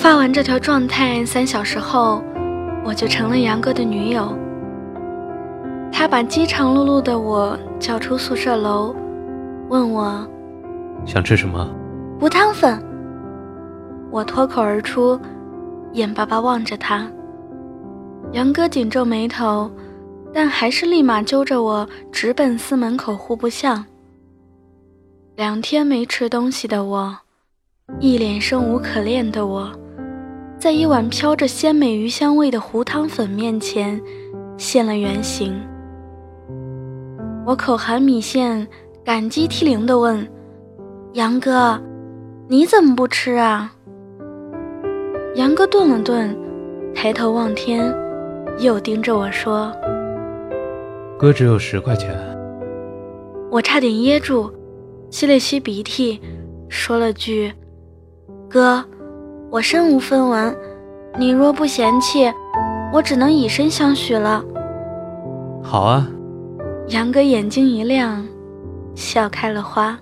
发完这条状态3小时后，我就成了杨哥的女友。他把饥肠辘辘的我叫出宿舍楼，问我想吃什么？ 无汤粉。我脱口而出，眼巴巴望着他。杨哥紧皱眉头，但还是立马揪着我直奔司门口户部巷。2天没吃东西的我，一脸生无可恋的我，在一碗飘着鲜美鱼香味的糊汤粉面前现了原形。我口含米线，感激涕零地问：杨哥，你怎么不吃啊？杨哥顿了顿，抬头望天，又盯着我说： 哥只有10块钱。 我差点噎住，吸了吸鼻涕，说了句：哥，我身无分文，你若不嫌弃，我只能以身相许了。 好啊。 杨哥眼睛一亮，笑开了花。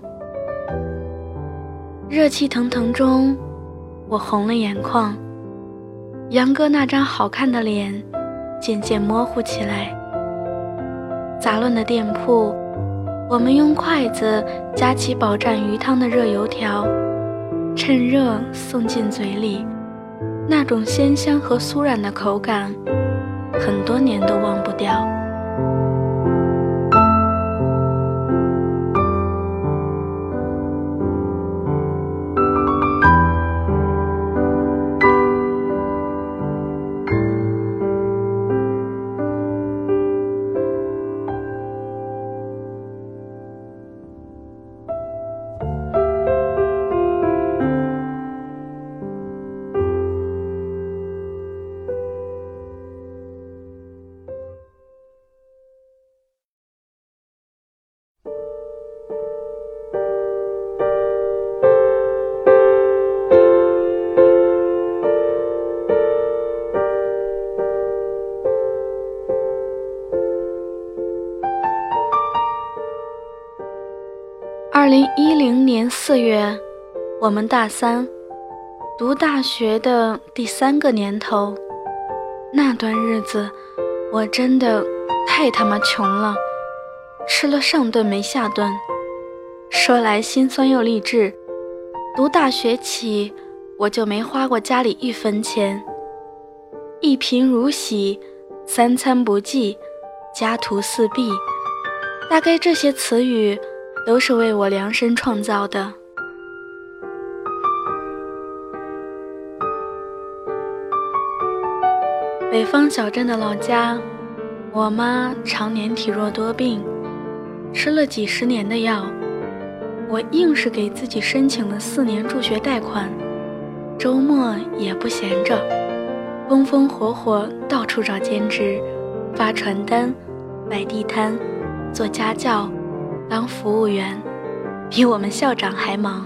热气腾腾中，我红了眼眶。杨哥那张好看的脸渐渐模糊起来。杂乱的店铺，我们用筷子夹起饱蘸鱼汤的热油条，趁热送进嘴里，那种鲜香和酥软的口感，很多年都忘不掉。2010年4月，我们大3，读大学的第3个年头。那段日子，我真的太他妈穷了，吃了上顿没下顿。说来心酸又励志，读大学起，我就没花过家里1分钱。一贫如洗，3餐不济，家徒4壁，大概这些词语都是为我量身创造的。北方小镇的老家，我妈常年体弱多病，吃了几10年的药，我硬是给自己申请了4年助学贷款，周末也不闲着，风风火火到处找兼职，发传单，摆地摊，做家教，当服务员，比我们校长还忙。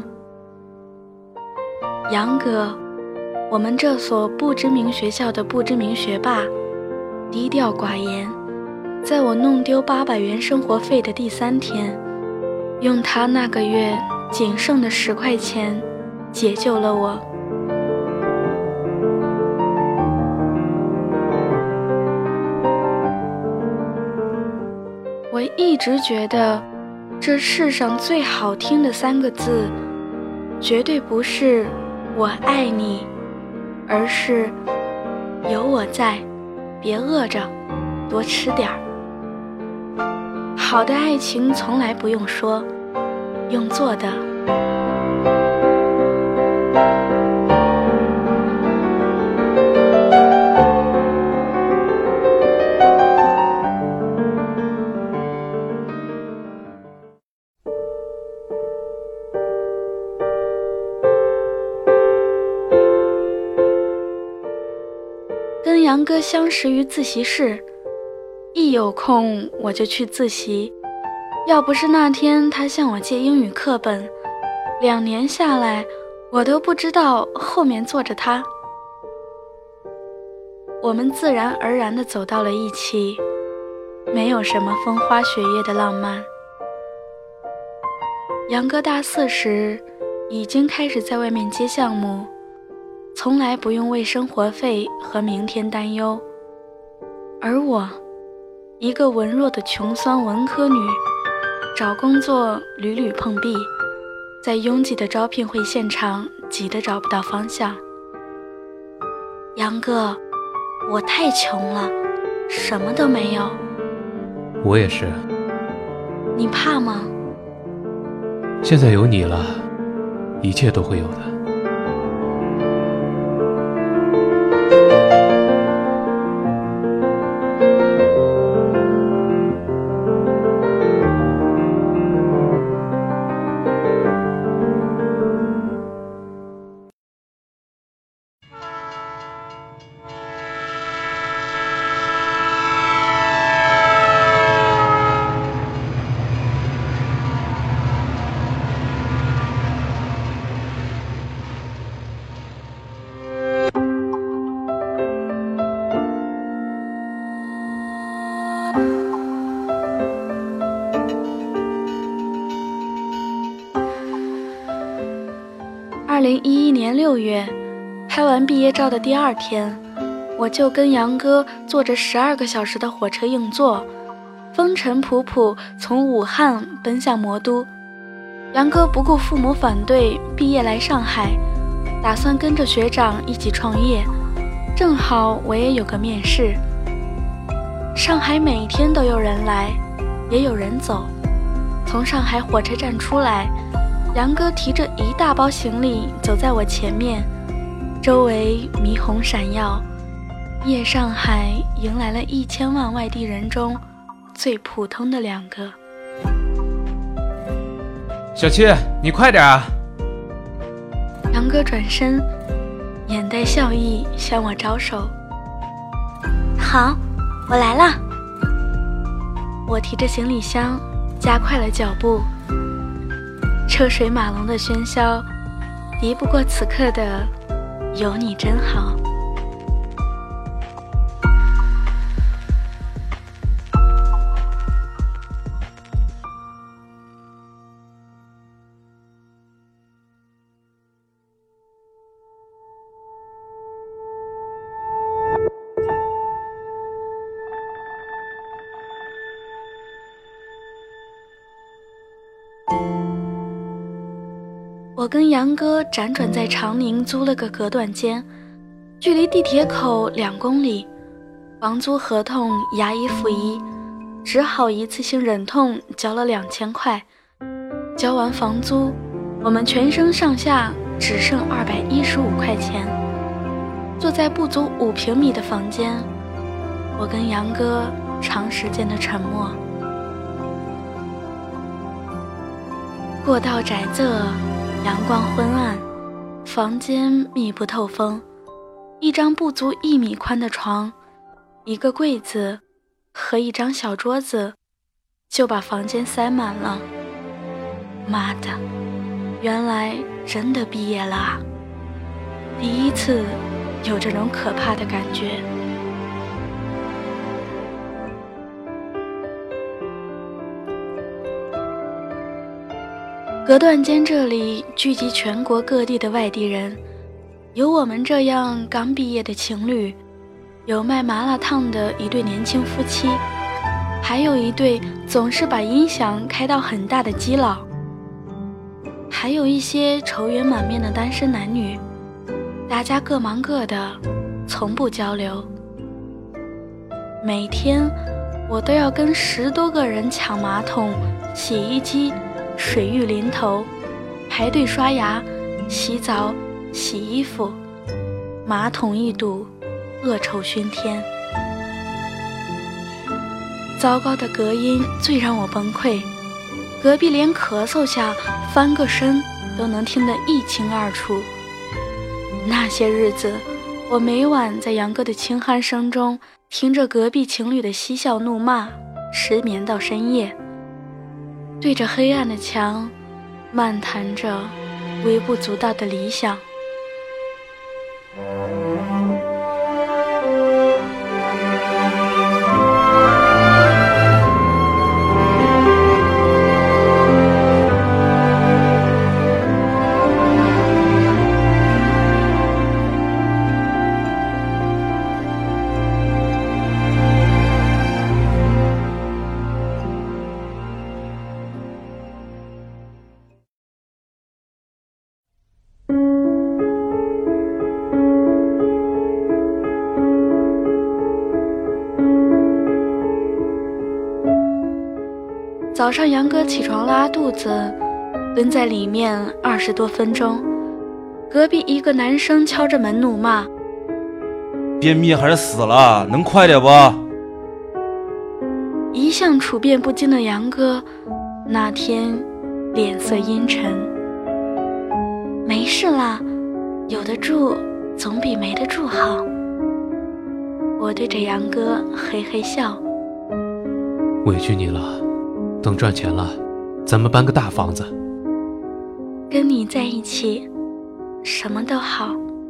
杨哥，我们这所不知名学校的不知名学霸，低调寡言，在我弄丢800元生活费的第3天，用他那个月仅剩的10块钱解救了我。我一直觉得这世上最好听的3个字，绝对不是我爱你，而是有我在，别饿着，多吃点儿。好的爱情从来不用说，用做的。跟杨哥相识于自习室，一有空我就去自习。要不是那天他向我借英语课本，2年下来，我都不知道后面坐着他。我们自然而然地走到了一起，没有什么风花雪月的浪漫。杨哥大4时已经开始在外面接项目， 从来不用为生活费和明天担忧。而我，一个文弱的穷酸文科女，找工作屡屡碰壁，在拥挤的招聘会现场挤得找不到方向。杨哥，我太穷了，什么都没有。 我也是。 你怕吗？ 现在有你了，一切都会有的。 2011年6月，拍完毕业照的第2天，我就跟杨哥坐着12个小时的火车硬座，风尘仆仆从武汉奔向魔都。杨哥不顾父母反对，毕业来上海，打算跟着学长一起创业，正好我也有个面试。上海每天都有人来，也有人走。从上海火车站出来，杨哥提着一大包行李走在我前面，周围霓虹闪耀，夜上海迎来了1000万外地人中最普通的2个。 小七，你快点啊！ 杨哥转身，眼带笑意向我招手。好，我来啦。我提着行李箱，加快了脚步。车水马龙的喧嚣，敌不过此刻的有你真好。我跟杨哥辗转在长宁租了个隔断间，距离地铁口2公里，房租合同押一付一，只好一次性忍痛交了2000块。交完房租，我们全身上下只剩215块钱。坐在不足5平米的房间，我跟杨哥长时间的沉默。过道窄仄，阳光昏暗，房间密不透风，一张不足1米宽的床，一个柜子和一张小桌子就把房间塞满了。妈的，原来真的毕业了啊！第一次有这种可怕的感觉。隔断间这里聚集全国各地的外地人，有我们这样刚毕业的情侣，有卖麻辣烫的一对年轻夫妻，还有一对总是把音响开到很大的基佬，还有一些愁云满面的单身男女，大家各忙各的，从不交流。每天我都要跟10多个人抢马桶、洗衣机、水浴淋头，排队刷牙、洗澡、洗衣服，马桶一堵，恶臭熏天。糟糕的隔音最让我崩溃，隔壁连咳嗽下翻个身都能听得一清二楚。那些日子，我每晚在杨哥的轻鼾声中听着隔壁情侣的嬉笑怒骂，失眠到深夜，对着黑暗的墙漫谈着微不足道的理想。 早上杨哥起床拉肚子，蹲在里面20多分钟，隔壁一个男生敲着门怒骂： 便秘还是死了，能快点不？ 一向处变不惊的杨哥那天脸色阴沉。没事啦，有得住总比没得住好。我对着杨哥嘿嘿笑。 委屈你了，等赚钱了，咱们搬个大房子。 跟你在一起，什么都好。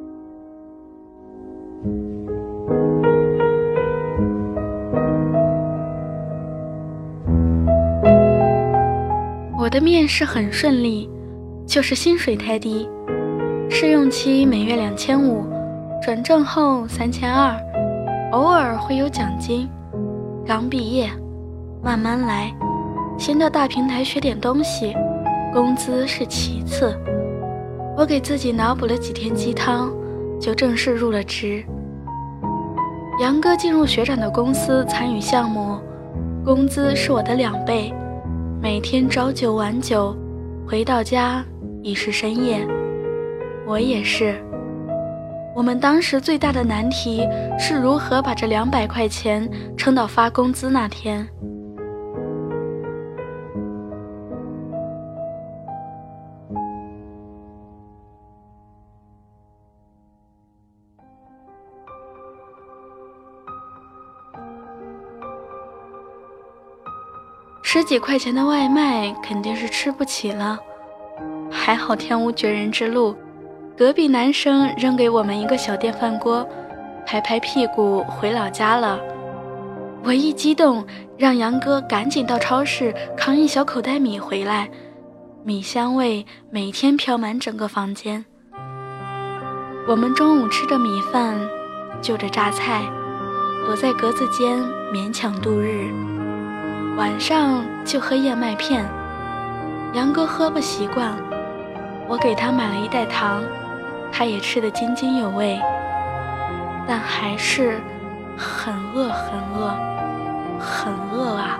我的面试很顺利，就是薪水太低，试用期每月2500，转正后3200，偶尔会有奖金。刚毕业，慢慢来，先到大平台学点东西，工资是其次。我给自己脑补了几天鸡汤，就正式入了职。杨哥进入学长的公司参与项目，工资是我的2倍，每天朝9晚9，回到家已是深夜。我也是。我们当时最大的难题是如何把这200块钱撑到发工资那天。10几块钱的外卖肯定是吃不起了，还好天无绝人之路，隔壁男生扔给我们一个小电饭锅，拍拍屁股回老家了。我一激动，让杨哥赶紧到超市扛一小口袋米回来，米香味每天飘满整个房间。我们中午吃着米饭，就着榨菜，躲在格子间勉强度日。晚上就喝燕麦片，杨哥喝不习惯，我给他买了一袋糖，他也吃得津津有味，但还是很饿很饿很饿啊。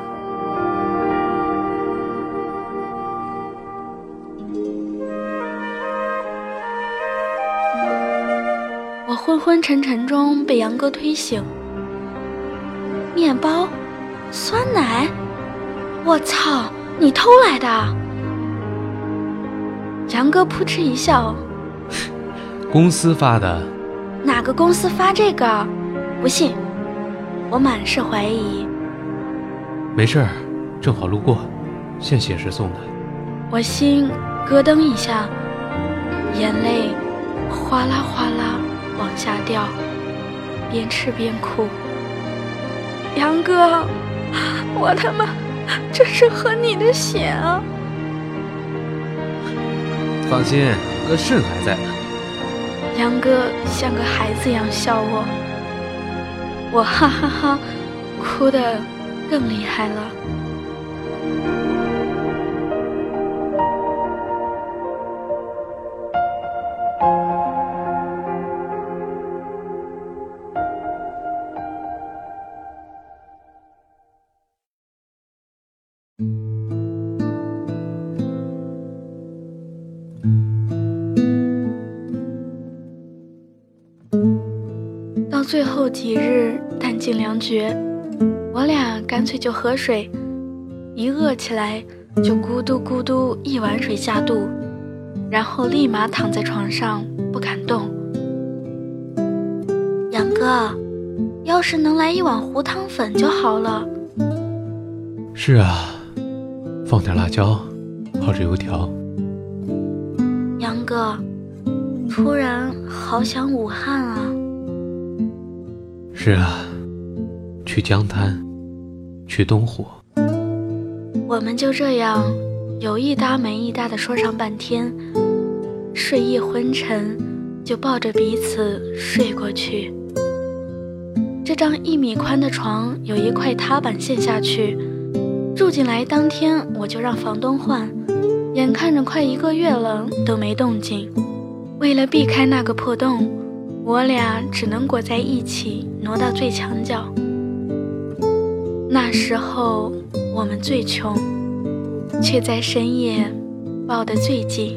我昏昏沉沉中被杨哥推醒，面包，酸奶，我操，你偷来的？杨哥扑哧一笑， 公司发的。 哪个公司发这个？不信。我满是怀疑。 没事儿，正好路过，献血时送的。 我心咯噔一下，眼泪哗啦哗啦往下掉，边吃边哭。杨哥，我他妈这是喝你的血啊！ 放心，肾还在呢。 杨哥像个孩子一样笑我，我哈哈哈，哭得更厉害了。到最后几日弹尽粮绝，我俩干脆就喝水，一饿起来就咕嘟咕嘟一碗水下肚，然后立马躺在床上不敢动。杨哥，要是能来一碗糊汤粉就好了。 是啊，放点辣椒，泡着油条。 杨哥，突然好想武汉啊。 是啊，去江滩，去东湖。 我们就这样有一搭没一搭的说上半天，睡意昏沉，就抱着彼此睡过去。这张1米宽的床有一块踏板陷下去，住进来当天我就让房东换，眼看着快1个月了都没动静。为了避开那个破洞，我俩只能裹在一起挪到最墙角。那时候我们最穷， 却在深夜抱得最紧。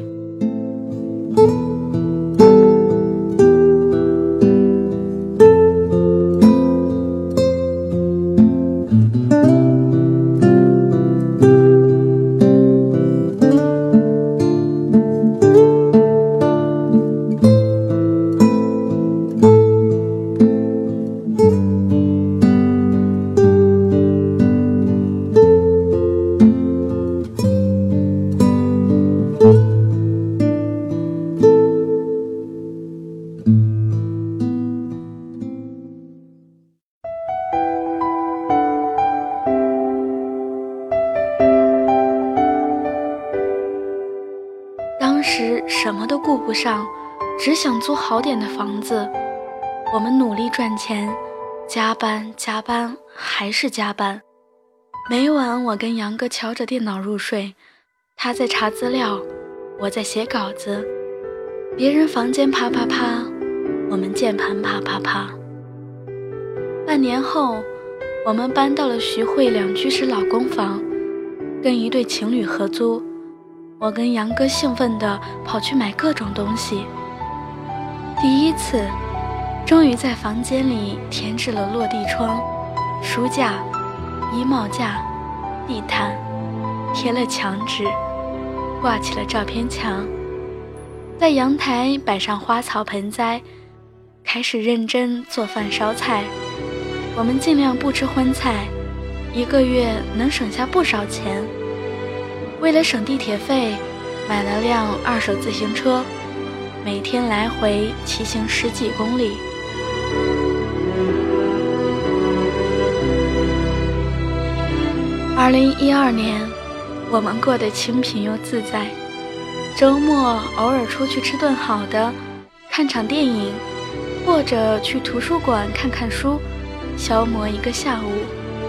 当时什么都顾不上，只想租好点的房子。我们努力赚钱，加班还是加班。每晚我跟杨哥瞧着电脑入睡，他在查资料，我在写稿子。别人房间啪啪啪，我们键盘啪啪啪。半年后，我们搬到了徐汇2居室老公房，跟一对情侣合租。我跟杨哥兴奋地跑去买各种东西。第一次，终于在房间里添置了落地窗、书架、衣帽架、地毯，贴了墙纸，挂起了照片墙，在阳台摆上花草盆栽，开始认真做饭烧菜。我们尽量不吃荤菜，1个月能省下不少钱。为了省地铁费，买了辆2手自行车，每天来回骑行10几公里。2012年，我们过得清贫又自在，周末偶尔出去吃顿好的，看场电影，或者去图书馆看看书，消磨一个下午。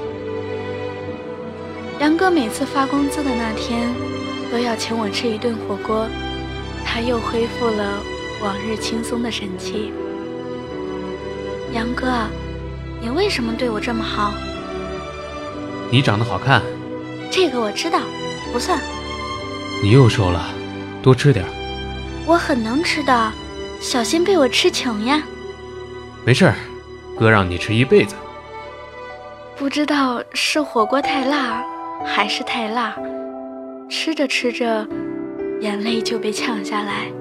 杨哥每次发工资的那天都要请我吃一顿火锅，他又恢复了往日轻松的神气。杨哥，你为什么对我这么好？ 你长得好看。 这个我知道，不算。 你又瘦了，多吃点。 我很能吃的，小心被我吃穷呀。 没事儿，哥让你吃一辈子。 不知道是火锅太辣还是太辣，吃着吃着眼泪就被呛下来。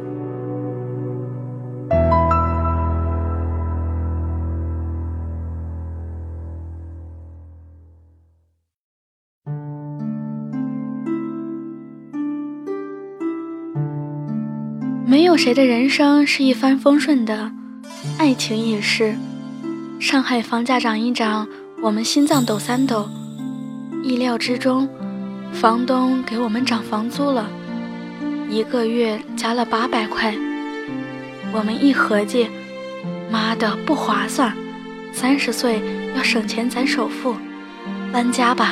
没有谁的人生是一帆风顺的，爱情也是。上海房价涨一涨，我们心脏抖3抖。意料之中，房东给我们涨房租了，1个月加了800块。我们一合计，妈的不划算，30岁要省钱攒首付，搬家吧。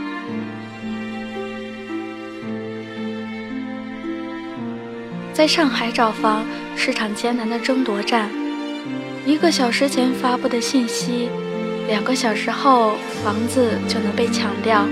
在上海找房是场艰难的争夺战，1个小时前发布的信息，2个小时后房子就能被抢掉。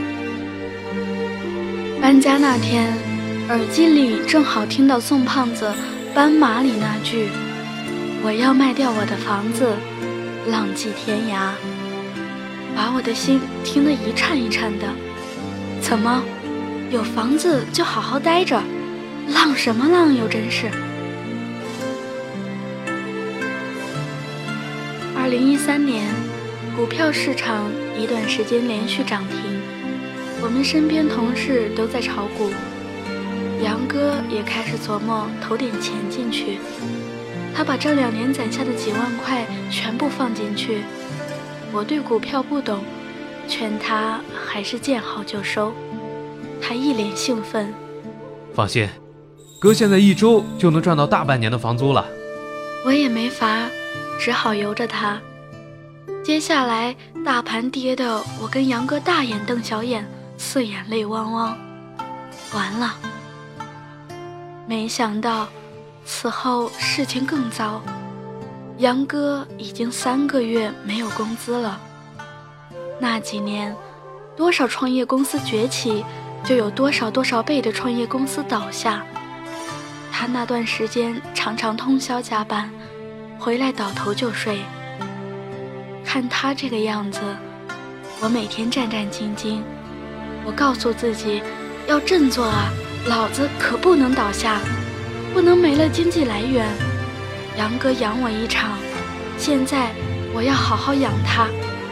搬家那天，耳机里正好听到宋胖子《斑马》里那句“我要卖掉我的房子，浪迹天涯”，把我的心听得一颤一颤的。怎么，有房子就好好待着，浪什么浪又真是。2013年，股票市场一段时间连续涨停，我们身边同事都在炒股，杨哥也开始琢磨投点钱进去。他把这2年攒下的几万块全部放进去。我对股票不懂，劝他还是见好就收。他一脸兴奋， 放心，哥现在1周就能赚到大半年的房租了。 我也没法，只好由着他。接下来大盘跌的，我跟杨哥大眼瞪小眼，4眼泪汪汪。完了。没想到此后事情更糟，杨哥已经3个月没有工资了。那几年多少创业公司崛起， 就有多少倍的创业公司倒下。他那段时间常常通宵加班，回来倒头就睡。看他这个样子，我每天战战兢兢。我告诉自己，要振作啊，老子可不能倒下，不能没了经济来源。杨哥养我一场，现在我要好好养他。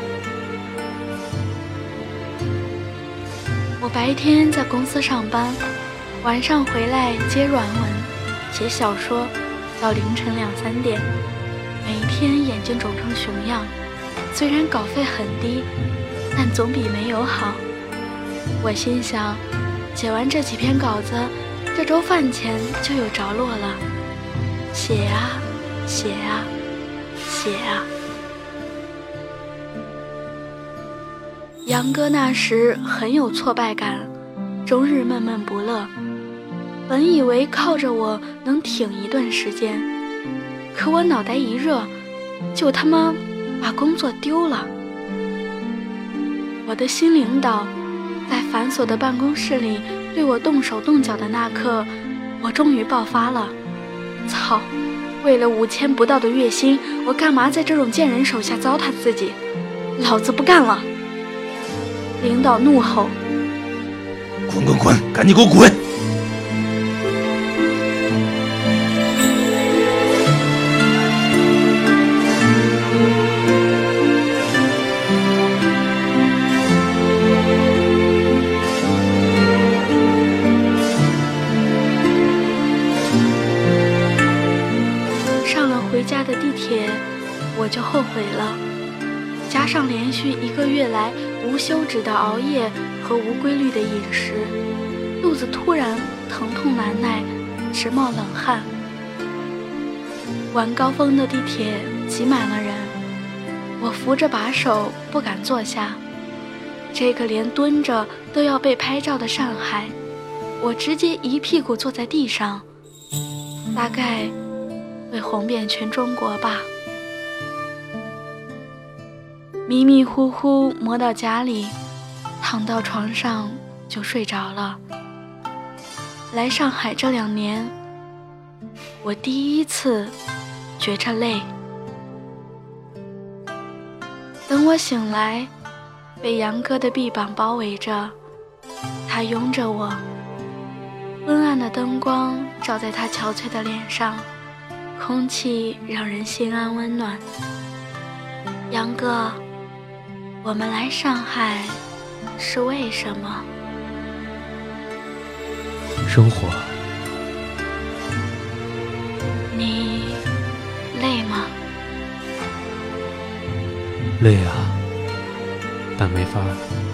我白天在公司上班，晚上回来接软文、写小说，到凌晨2、3点，每天眼睛肿成熊样。虽然稿费很低，但总比没有好。我心想，写完这几篇稿子，这周饭钱就有着落了。写啊写啊写啊。杨哥那时很有挫败感，终日闷闷不乐。本以为靠着我能挺一段时间，可我脑袋一热，就他妈把工作丢了。我的新领导在繁琐的办公室里对我动手动脚的那刻，我终于爆发了。操，为了5000不到的月薪，我干嘛在这种贱人手下糟蹋自己？老子不干了！领导怒吼： 滚滚滚，赶紧给我滚！ 上了回家的地铁，我就后悔了。加上连续1个月来无休止的熬夜和无规律的饮食，肚子突然疼痛难耐，直冒冷汗。晚高峰的地铁挤满了人，我扶着把手不敢坐下。这个连蹲着都要被拍照的上海，我直接一屁股坐在地上，大概会红遍全中国吧。迷迷糊糊摸到家里，躺到床上就睡着了。来上海这2年，我第一次觉着累。等我醒来，被杨哥的臂膀包围着，他拥着我，昏暗的灯光照在他憔悴的脸上，空气让人心安温暖。杨哥，我们来上海是为什么？ 生活。 你累吗？ 累啊，但没法。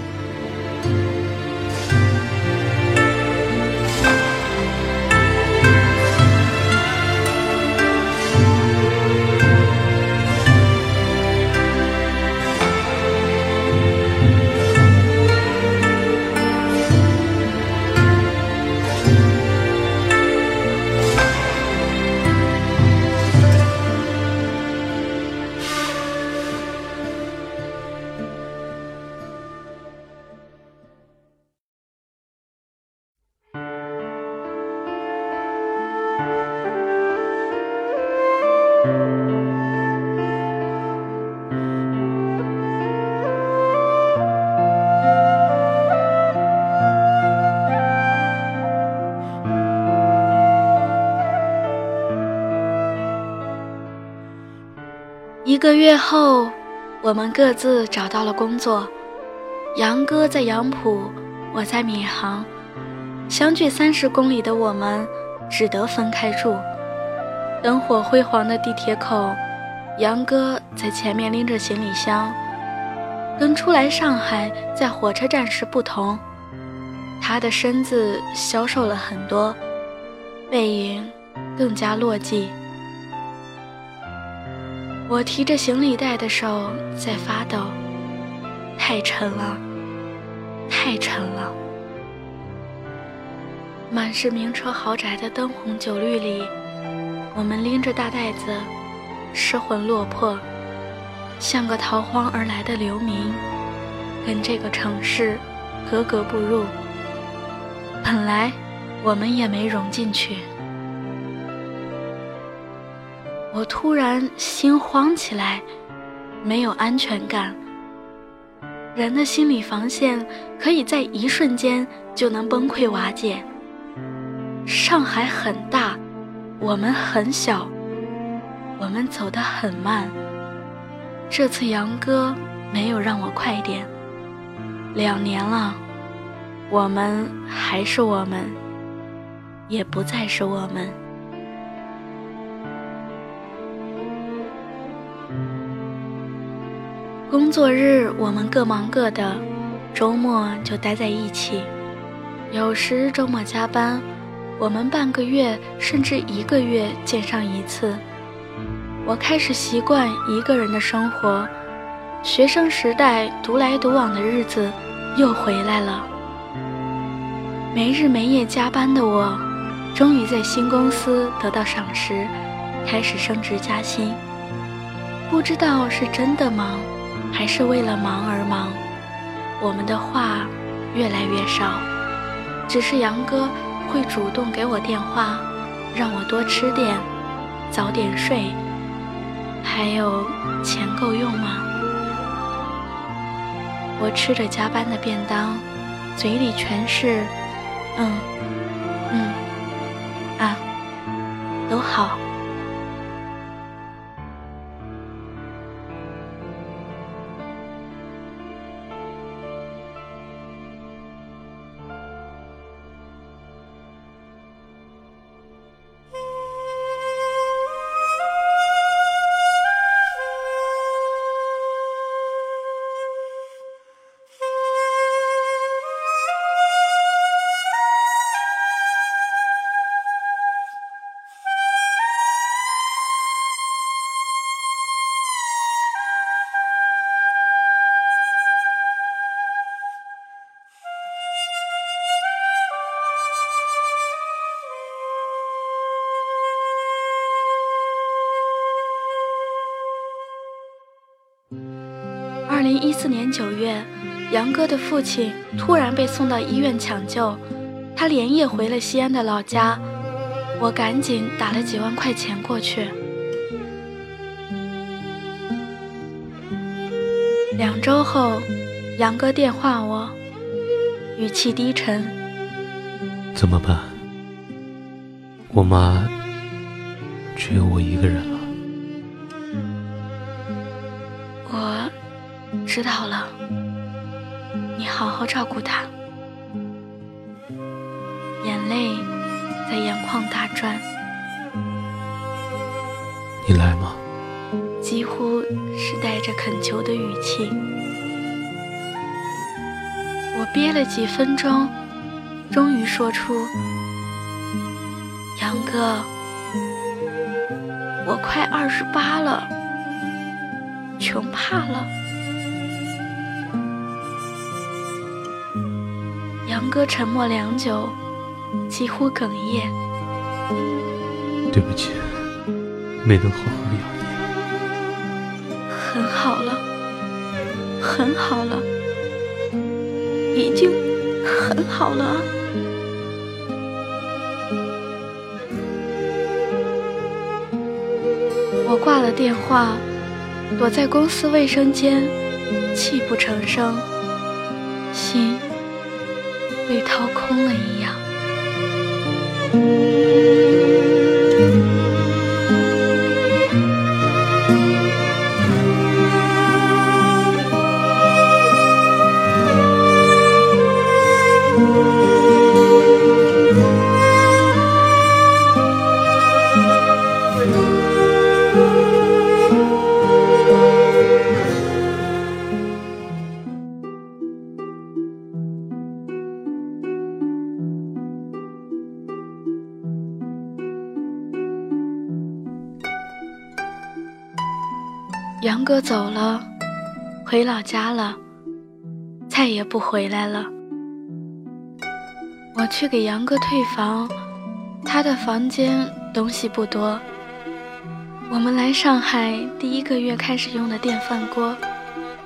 1个月后，我们各自找到了工作。杨哥在杨浦，我在闵行，相距30公里的我们只得分开住。灯火辉煌的地铁口，杨哥在前面拎着行李箱，跟初来上海在火车站时不同，他的身子消瘦了很多，背影更加落寂。我提着行李袋的手在发抖，太沉了，太沉了。满是名车豪宅的灯红酒绿里，我们拎着大袋子，失魂落魄，像个逃荒而来的流民，跟这个城市格格不入。 本来我们也没融进去。我突然心慌起来，没有安全感。人的心理防线可以在一瞬间就能崩溃瓦解。上海很大，我们很小，我们走得很慢。这次杨哥没有让我快点。2年了，我们还是我们，也不再是我们。工作日我们各忙各的，周末就待在一起。有时周末加班，我们半个月甚至1个月见上一次。我开始习惯一个人的生活，学生时代独来独往的日子又回来了。没日没夜加班的我，终于在新公司得到赏识，开始升职加薪。不知道是真的忙，还是为了忙而忙，我们的话越来越少。只是杨哥会主动给我电话，让我多吃点，早点睡。还有，钱够用吗？我吃着加班的便当，嘴里全是都好。2014年9月，杨哥的父亲突然被送到医院抢救，他连夜回了西安的老家，我赶紧打了几万块钱过去。2周后，杨哥电话我，语气低沉： 怎么办？我妈只有我一个人了。 我知道了，你好好照顾她。眼泪在眼眶打转。 你来吗？ 几乎是带着恳求的语气。我憋了几分钟，终于说出：杨哥，我快28了，穷怕了。杨哥沉默良久，几乎哽咽。 对不起，没能好好养你。 很好了，很好了，已经很好了。我挂了电话，躲在公司卫生间，泣不成声，心被掏空了一样。杨哥走了，回老家了，再也不回来了。我去给杨哥退房，他的房间东西不多。我们来上海第1个月开始用的电饭锅，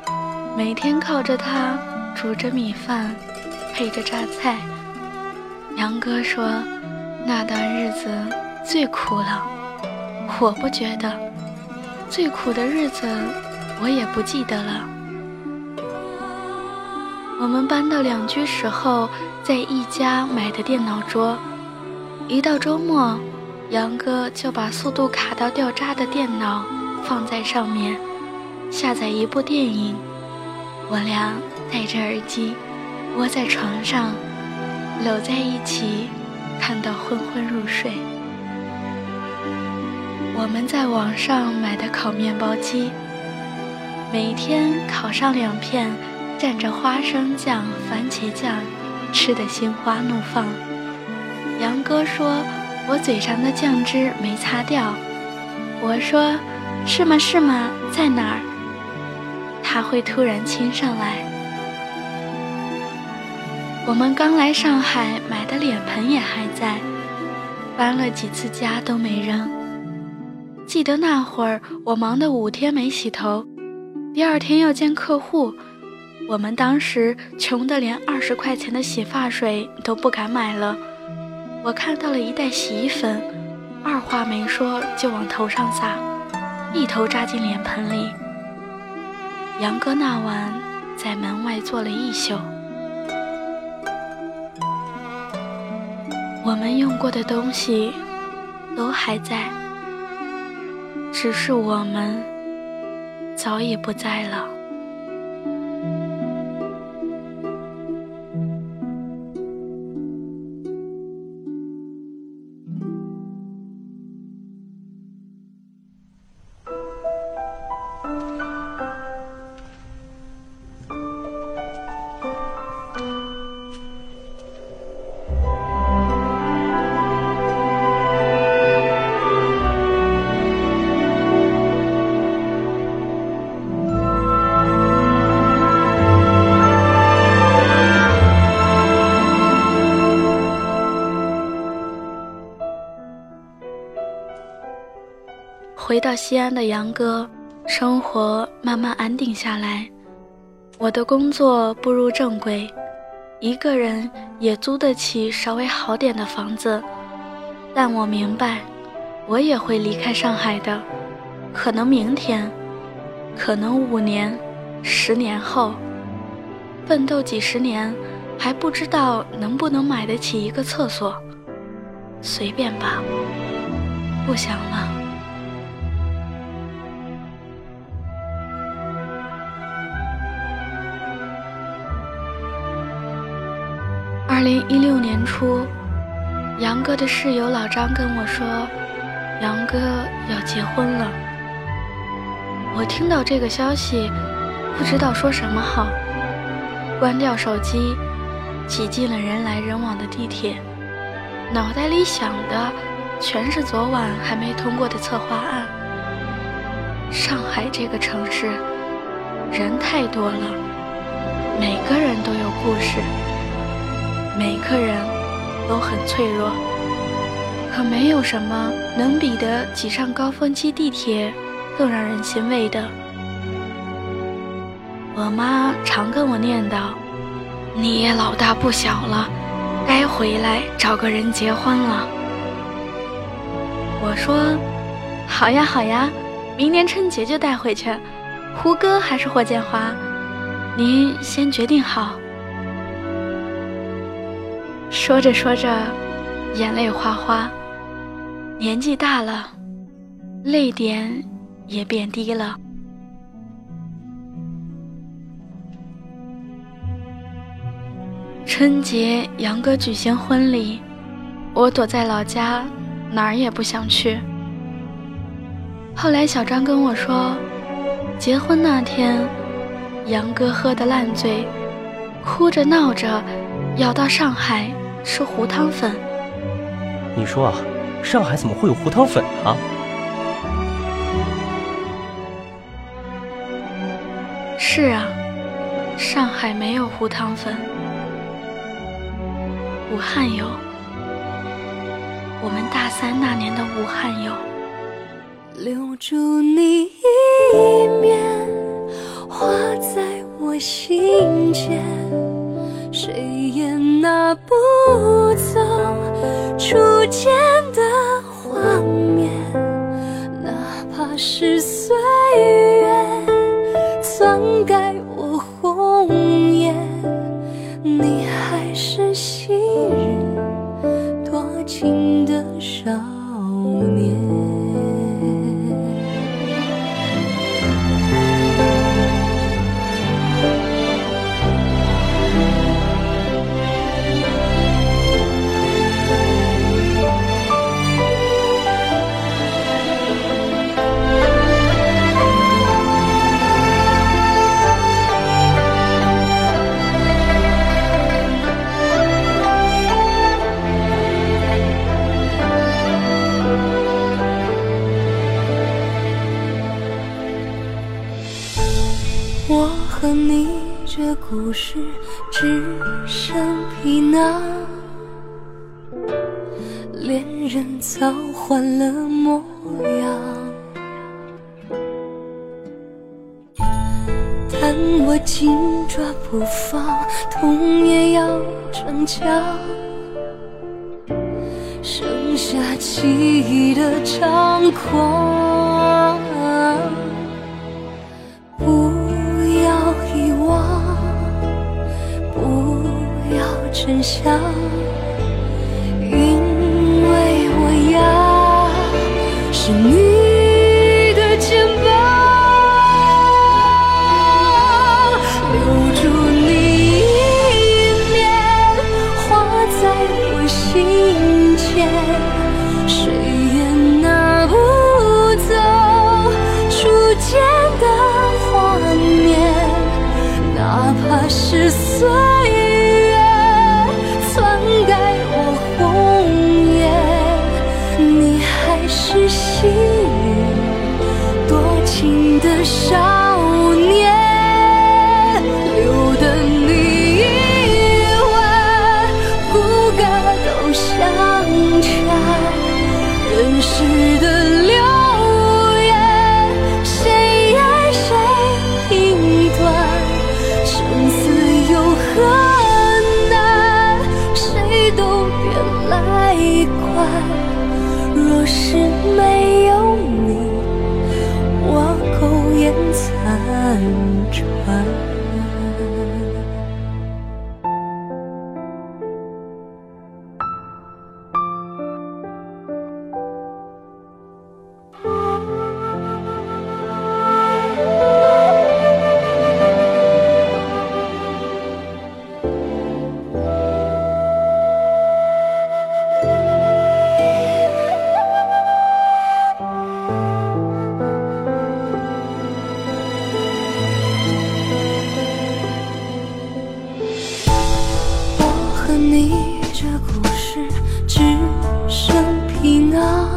每天靠着它煮着米饭，配着榨菜。 杨哥说那段日子最苦了，我不觉得，最苦的日子我也不记得了。我们搬到两居室后，在一家买的电脑桌，一到周末，杨哥就把速度卡到掉渣的电脑放在上面，下载一部电影，我俩戴着耳机窝在床上搂在一起，看到昏昏入睡。我们在网上买的烤面包机，每天烤上2片，蘸着花生酱、番茄酱，吃得心花怒放。杨哥说我嘴上的酱汁没擦掉，我说是吗是吗，在哪儿？他会突然亲上来。我们刚来上海买的脸盆也还在，搬了几次家都没扔。记得那会儿我忙得5天没洗头，第2天要见客户，我们当时穷得连20块钱的洗发水都不敢买了。我看到了一袋洗衣粉，二话没说就往头上撒，一头扎进脸盆里。杨哥那晚在门外坐了1宿。我们用过的东西都还在，只是我们早已不在了。回到西安的杨哥，生活慢慢安定下来，我的工作步入正轨，一个人也租得起稍微好点的房子。但我明白，我也会离开上海的，可能明天，可能5年、10年后，奋斗几十年，还不知道能不能买得起一个厕所。随便吧，不想了。2016年初，杨哥的室友老张跟我说，杨哥要结婚了。我听到这个消息，不知道说什么好，关掉手机，挤进了人来人往的地铁，脑袋里想的全是昨晚还没通过的策划案。上海这个城市，人太多了，每个人都有故事，每个人都很脆弱，可没有什么能比得挤上高峰期地铁更让人欣慰的。我妈常跟我念叨，你也老大不小了，该回来找个人结婚了。我说好呀好呀，明年春节就带回去，胡歌还是霍建华，您先决定好。说着说着，眼泪哗哗，年纪大了，泪点也变低了。春节杨哥举行婚礼，我躲在老家，哪儿也不想去。后来小张跟我说，结婚那天，杨哥喝得烂醉，哭着闹着要到上海吃糊汤粉。 你说啊，上海怎么会有糊汤粉啊？ 是啊，上海没有糊汤粉，武汉有，我们大3那年的武汉有。 留住你一面，画在我心间， 谁也拿不走初见的画面，哪怕是岁月篡改我红颜，你还是昔日多情的少年。我和你这故事只剩皮囊，恋人早换了模样，但我紧抓不放，痛也要逞强，剩下记忆的猖狂。真相，因为我要是你的肩膀，留住你一面，画在我心间，谁也拿不走初见的画面，哪怕是岁月是昔日多情的少年，留得你一吻，骨骼都相缠，人世的流言，谁爱谁评断，生死有何难，谁都别来管。若是没有你，我苟延残喘。你这故事只剩皮囊，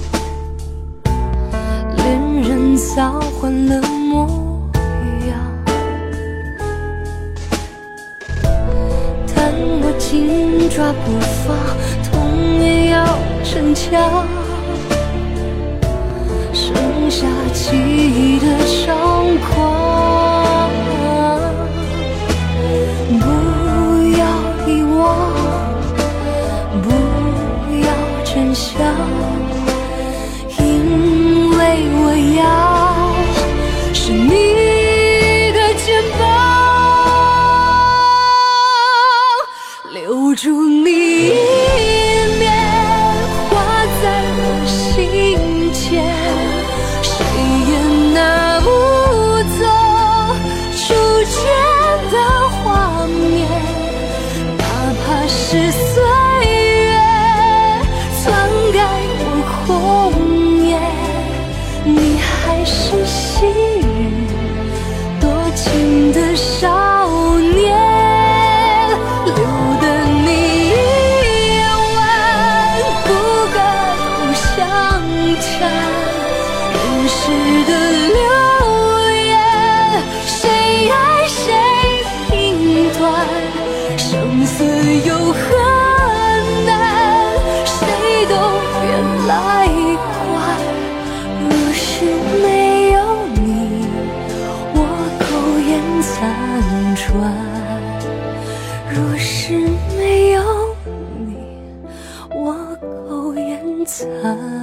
恋人早换了模样，但我紧抓不放，痛也要逞强，剩下记忆的猖狂。不要遗忘，不要真相，因为我要是你的肩膀，留住你一面，画在我心间，谁也拿不走初见的画面，哪怕是岁月篡改我红颜，你还是昔日多情的少年，留得你一残。